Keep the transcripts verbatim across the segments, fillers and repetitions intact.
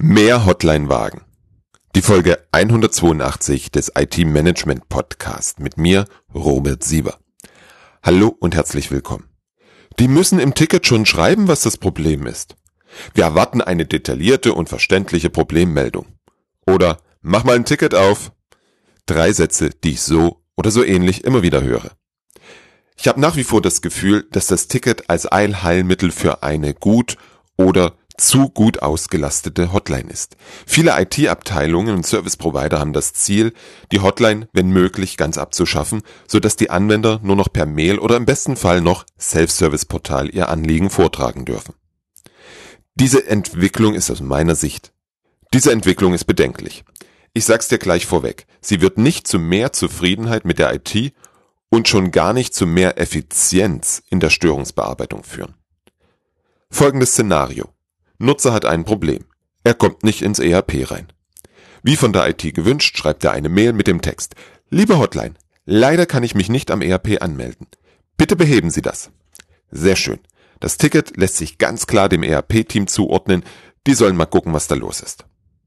Mehr Hotline-Wagen. Die Folge hundertzweiundachtzig des I T-Management-Podcast mit mir, Robert Sieber. Hallo und herzlich willkommen. Die müssen im Ticket schon schreiben, was das Problem ist. Wir erwarten eine detaillierte und verständliche Problemmeldung. Oder mach mal ein Ticket auf. Drei Sätze, die ich so oder so ähnlich immer wieder höre. Ich habe nach wie vor das Gefühl, dass das Ticket als Allheilmittel für eine gut oder zu gut ausgelastete Hotline ist. Viele I T-Abteilungen und Service-Provider haben das Ziel, die Hotline, wenn möglich, ganz abzuschaffen, sodass die Anwender nur noch per Mail oder im besten Fall noch Self-Service-Portal ihr Anliegen vortragen dürfen. Diese Entwicklung ist aus meiner Sicht. Diese Entwicklung ist bedenklich. Ich sag's dir gleich vorweg. Sie wird nicht zu mehr Zufriedenheit mit der I T und schon gar nicht zu mehr Effizienz in der Störungsbearbeitung führen. Folgendes Szenario. Nutzer hat ein Problem. Er kommt nicht ins E R P rein. Wie von der I T gewünscht, schreibt er eine Mail mit dem Text: Liebe Hotline, leider kann ich mich nicht am E R P anmelden. Bitte beheben Sie das. Sehr schön. Das Ticket lässt sich ganz klar dem E R P-Team zuordnen. Die sollen mal gucken, was da los ist.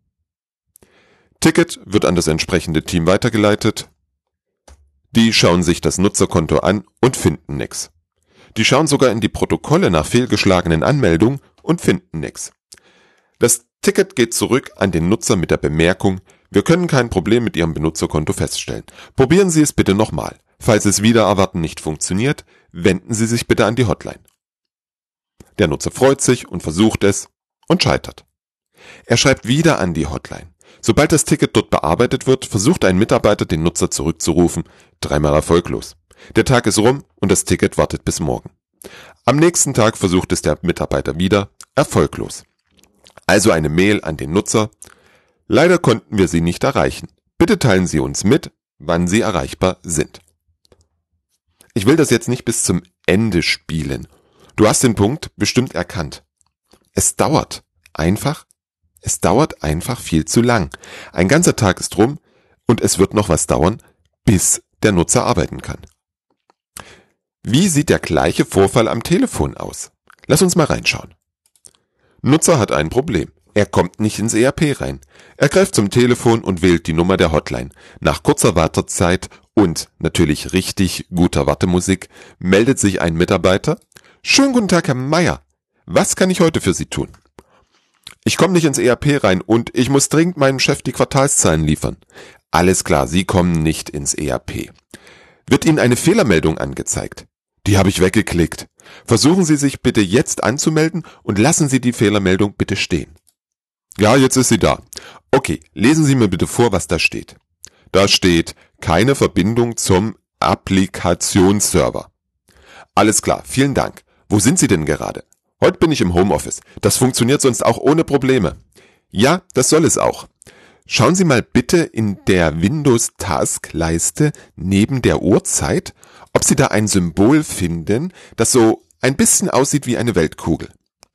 Ticket wird an das entsprechende Team weitergeleitet. Die schauen sich das Nutzerkonto an und finden nix. Die schauen sogar in die Protokolle nach fehlgeschlagenen Anmeldungen und finden nix. Das Ticket geht zurück an den Nutzer mit der Bemerkung: Wir können kein Problem mit Ihrem Benutzerkonto feststellen. Probieren Sie es bitte nochmal. Falls es wider Erwarten nicht funktioniert, wenden Sie sich bitte an die Hotline. Der Nutzer freut sich und versucht es und scheitert. Er schreibt wieder an die Hotline. Sobald das Ticket dort bearbeitet wird, versucht ein Mitarbeiter, den Nutzer zurückzurufen, dreimal erfolglos. Der Tag ist rum und das Ticket wartet bis morgen. Am nächsten Tag versucht es der Mitarbeiter wieder, erfolglos. Also eine Mail an den Nutzer: Leider konnten wir Sie nicht erreichen. Bitte teilen Sie uns mit, wann Sie erreichbar sind. Ich will das jetzt nicht bis zum Ende spielen. Du hast den Punkt bestimmt erkannt. Es dauert einfach, es dauert einfach viel zu lang. Ein ganzer Tag ist rum und es wird noch was dauern, bis der Nutzer arbeiten kann. Wie sieht der gleiche Vorfall am Telefon aus? Lass uns mal reinschauen. Nutzer hat ein Problem. Er kommt nicht ins E R P rein. Er greift zum Telefon und wählt die Nummer der Hotline. Nach kurzer Wartezeit und natürlich richtig guter Wartemusik meldet sich ein Mitarbeiter. Schönen guten Tag, Herr Meier. Was kann ich heute für Sie tun? Ich komme nicht ins E R P rein und ich muss dringend meinem Chef die Quartalszahlen liefern. Alles klar, Sie kommen nicht ins E R P. Wird Ihnen eine Fehlermeldung angezeigt? Die habe ich weggeklickt. Versuchen Sie sich bitte jetzt anzumelden und lassen Sie die Fehlermeldung bitte stehen. Ja, jetzt ist sie da. Okay, lesen Sie mir bitte vor, was da steht. Da steht: keine Verbindung zum Applikationsserver. Alles klar, vielen Dank. Wo sind Sie denn gerade? Heute bin ich im Homeoffice. Das funktioniert sonst auch ohne Probleme. Ja, das soll es auch. Schauen Sie mal bitte in der Windows-Task-Leiste neben der Uhrzeit, ob Sie da ein Symbol finden, das so ein bisschen aussieht wie eine Weltkugel.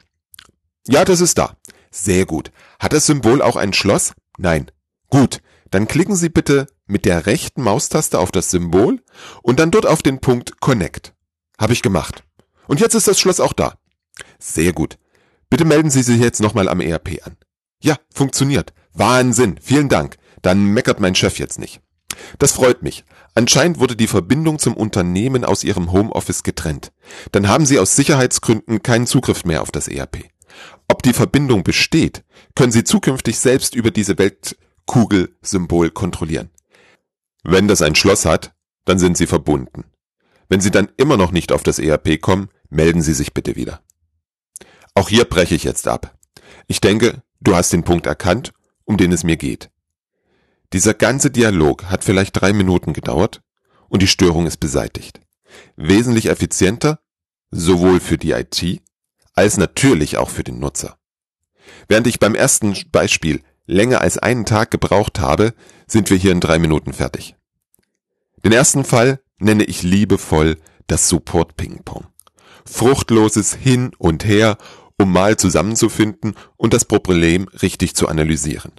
Ja, das ist da. Sehr gut. Hat das Symbol auch ein Schloss? Nein. Gut, dann klicken Sie bitte mit der rechten Maustaste auf das Symbol und dann dort auf den Punkt Connect. Habe ich gemacht. Und jetzt ist das Schloss auch da. Sehr gut. Bitte melden Sie sich jetzt nochmal am E R P an. Ja, funktioniert. Wahnsinn, vielen Dank. Dann meckert mein Chef jetzt nicht. Das freut mich. Anscheinend wurde die Verbindung zum Unternehmen aus Ihrem Homeoffice getrennt. Dann haben Sie aus Sicherheitsgründen keinen Zugriff mehr auf das E R P. Ob die Verbindung besteht, können Sie zukünftig selbst über diese Weltkugel-Symbol kontrollieren. Wenn das ein Schloss hat, dann sind Sie verbunden. Wenn Sie dann immer noch nicht auf das E R P kommen, melden Sie sich bitte wieder. Auch hier breche ich jetzt ab. Ich denke, du hast den Punkt erkannt, um den es mir geht. Dieser ganze Dialog hat vielleicht drei Minuten gedauert und die Störung ist beseitigt. Wesentlich effizienter, sowohl für die I T als natürlich auch für den Nutzer. Während ich beim ersten Beispiel länger als einen Tag gebraucht habe, sind wir hier in drei Minuten fertig. Den ersten Fall nenne ich liebevoll das Support-Ping-Pong. Fruchtloses Hin und Her, um mal zusammenzufinden und das Problem richtig zu analysieren.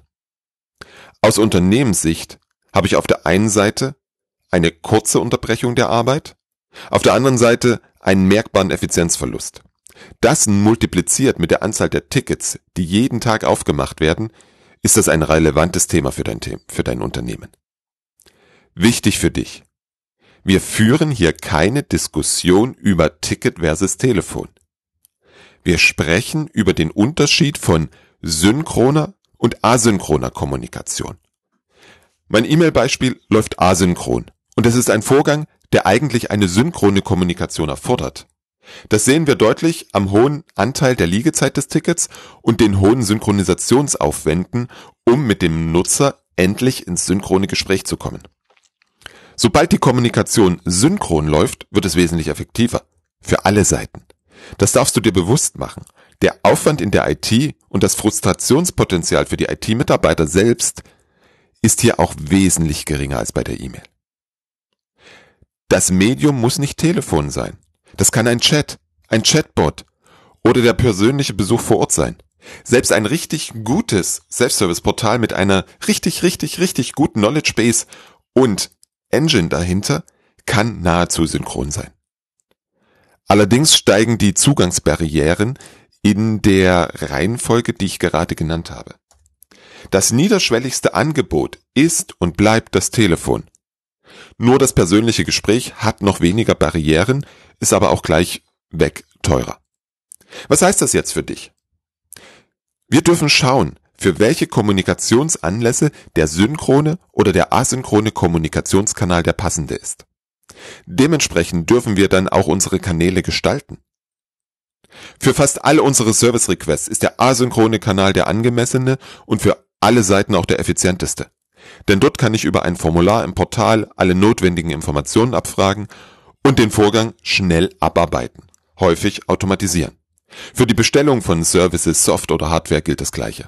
Aus Unternehmenssicht habe ich auf der einen Seite eine kurze Unterbrechung der Arbeit, auf der anderen Seite einen merkbaren Effizienzverlust. Das multipliziert mit der Anzahl der Tickets, die jeden Tag aufgemacht werden, ist das ein relevantes Thema für dein, für dein Unternehmen. Wichtig für dich. Wir führen hier keine Diskussion über Ticket versus Telefon. Wir sprechen über den Unterschied von synchroner und asynchroner Kommunikation. Mein E-Mail-Beispiel läuft asynchron und es ist ein Vorgang, der eigentlich eine synchrone Kommunikation erfordert. Das sehen wir deutlich am hohen Anteil der Liegezeit des Tickets und den hohen Synchronisationsaufwänden, um mit dem Nutzer endlich ins synchrone Gespräch zu kommen. Sobald die Kommunikation synchron läuft, wird es wesentlich effektiver. Für alle Seiten. Das darfst du dir bewusst machen. Der Aufwand in der I T und das Frustrationspotenzial für die I T-Mitarbeiter selbst ist hier auch wesentlich geringer als bei der E-Mail. Das Medium muss nicht Telefon sein. Das kann ein Chat, ein Chatbot oder der persönliche Besuch vor Ort sein. Selbst ein richtig gutes Self-Service-Portal mit einer richtig, richtig, richtig guten Knowledge Base und Engine dahinter kann nahezu synchron sein. Allerdings steigen die Zugangsbarrieren in der Reihenfolge, die ich gerade genannt habe. Das niederschwelligste Angebot ist und bleibt das Telefon. Nur das persönliche Gespräch hat noch weniger Barrieren, ist aber auch gleich weg teurer. Was heißt das jetzt für dich? Wir dürfen schauen, für welche Kommunikationsanlässe der synchrone oder der asynchrone Kommunikationskanal der passende ist. Dementsprechend dürfen wir dann auch unsere Kanäle gestalten. Für fast alle unsere Service-Requests ist der asynchrone Kanal der angemessene und für alle Seiten auch der effizienteste. Denn dort kann ich über ein Formular im Portal alle notwendigen Informationen abfragen und den Vorgang schnell abarbeiten, häufig automatisieren. Für die Bestellung von Services, Soft oder Hardware gilt das Gleiche.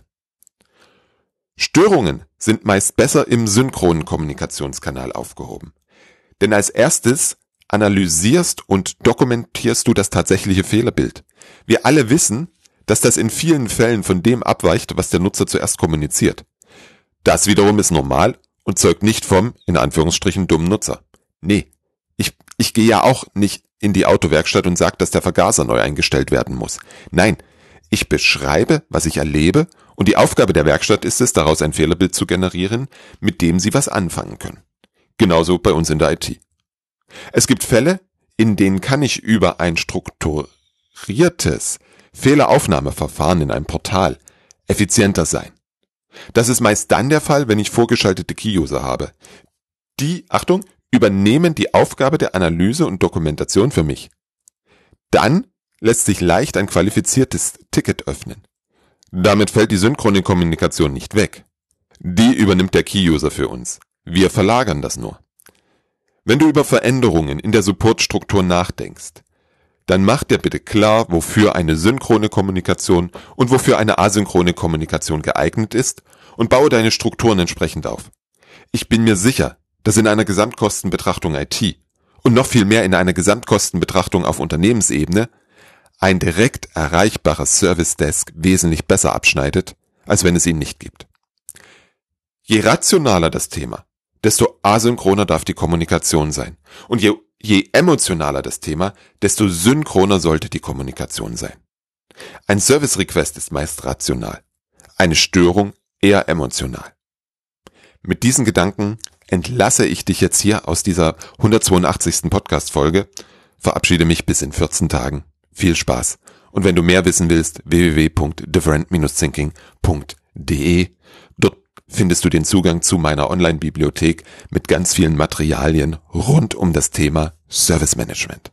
Störungen sind meist besser im synchronen Kommunikationskanal aufgehoben. Denn als erstes analysierst und dokumentierst du das tatsächliche Fehlerbild. Wir alle wissen, dass das in vielen Fällen von dem abweicht, was der Nutzer zuerst kommuniziert. Das wiederum ist normal und zeugt nicht vom, in Anführungsstrichen, dummen Nutzer. Nee, ich, ich gehe ja auch nicht in die Autowerkstatt und sage, dass der Vergaser neu eingestellt werden muss. Nein, ich beschreibe, was ich erlebe und die Aufgabe der Werkstatt ist es, daraus ein Fehlerbild zu generieren, mit dem sie was anfangen können. Genauso bei uns in der I T. Es gibt Fälle, in denen kann ich über ein strukturiertes Fehleraufnahmeverfahren in einem Portal effizienter sein. Das ist meist dann der Fall, wenn ich vorgeschaltete Key-User habe. Die, Achtung, übernehmen die Aufgabe der Analyse und Dokumentation für mich. Dann lässt sich leicht ein qualifiziertes Ticket öffnen. Damit fällt die synchrone Kommunikation nicht weg. Die übernimmt der Key-User für uns. Wir verlagern das nur. Wenn du über Veränderungen in der Supportstruktur nachdenkst, dann mach dir bitte klar, wofür eine synchrone Kommunikation und wofür eine asynchrone Kommunikation geeignet ist und baue deine Strukturen entsprechend auf. Ich bin mir sicher, dass in einer Gesamtkostenbetrachtung I T und noch viel mehr in einer Gesamtkostenbetrachtung auf Unternehmensebene ein direkt erreichbarer Service Desk wesentlich besser abschneidet, als wenn es ihn nicht gibt. Je rationaler das Thema, desto asynchroner darf die Kommunikation sein. Und je, je emotionaler das Thema, desto synchroner sollte die Kommunikation sein. Ein Service-Request ist meist rational, eine Störung eher emotional. Mit diesen Gedanken entlasse ich dich jetzt hier aus dieser hundertzweiundachtzigsten Podcast-Folge, verabschiede mich bis in vierzehn Tagen. Viel Spaß. Und wenn du mehr wissen willst, w w w punkt different dash thinking punkt d e. Dort findest du den Zugang zu meiner Online-Bibliothek mit ganz vielen Materialien rund um das Thema Service Management.